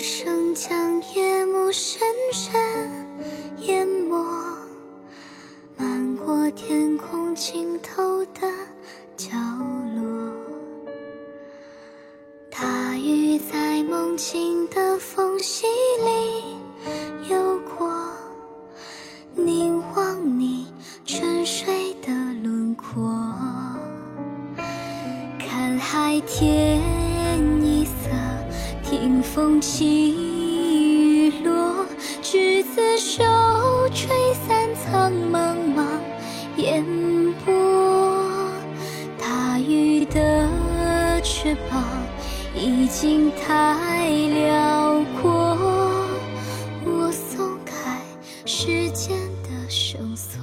声将夜幕深深淹没，漫过天空尽头的角落。大雨在梦境的缝隙里游过，凝望你沉睡的轮廓，看海天一色，听风起雨落，执子手，吹散苍茫茫烟波。大雨的翅膀已经太辽阔，我松开时间的绳索，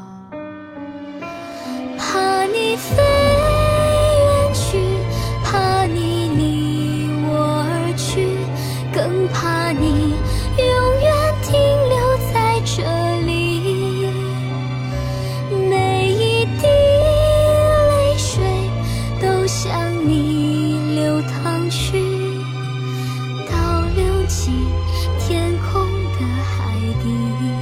怕你飞远去，怕你离我而去，更怕你永远停留在这里。每一滴泪水都向你流淌去，倒流进天空的海底。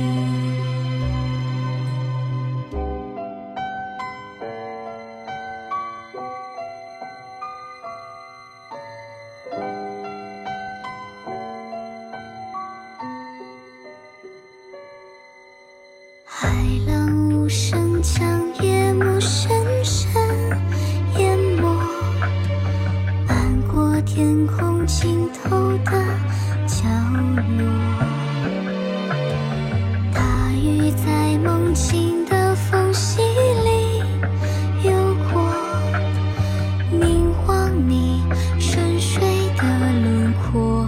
海浪无声将夜幕深深淹没，漫过天空尽头的角落。大雨在梦境的缝隙里游过，凝望你沉睡的轮廓，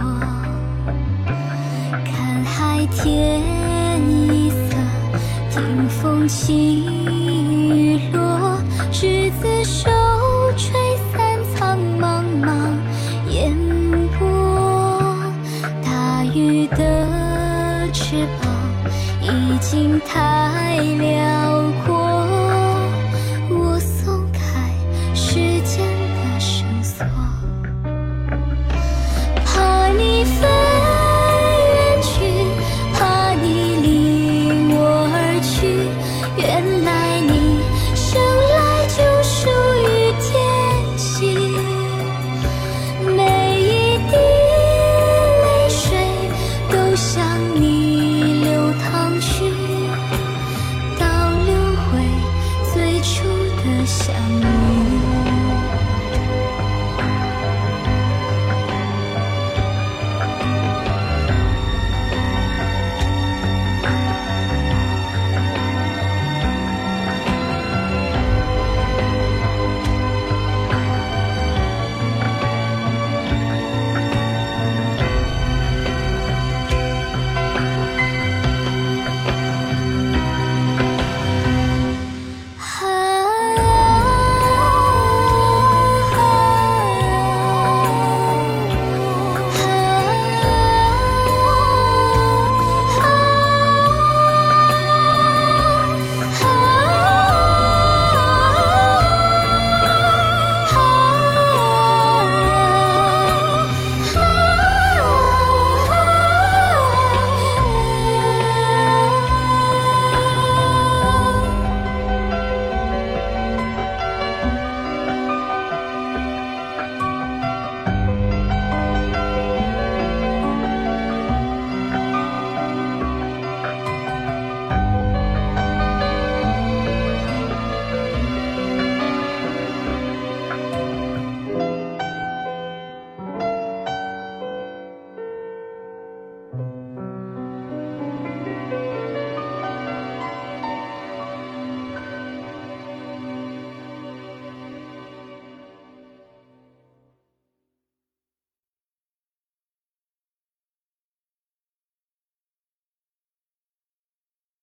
看海天一色，听风起雨落，执子手，吹散苍茫茫烟波。大雨的翅膀已经太辽阔，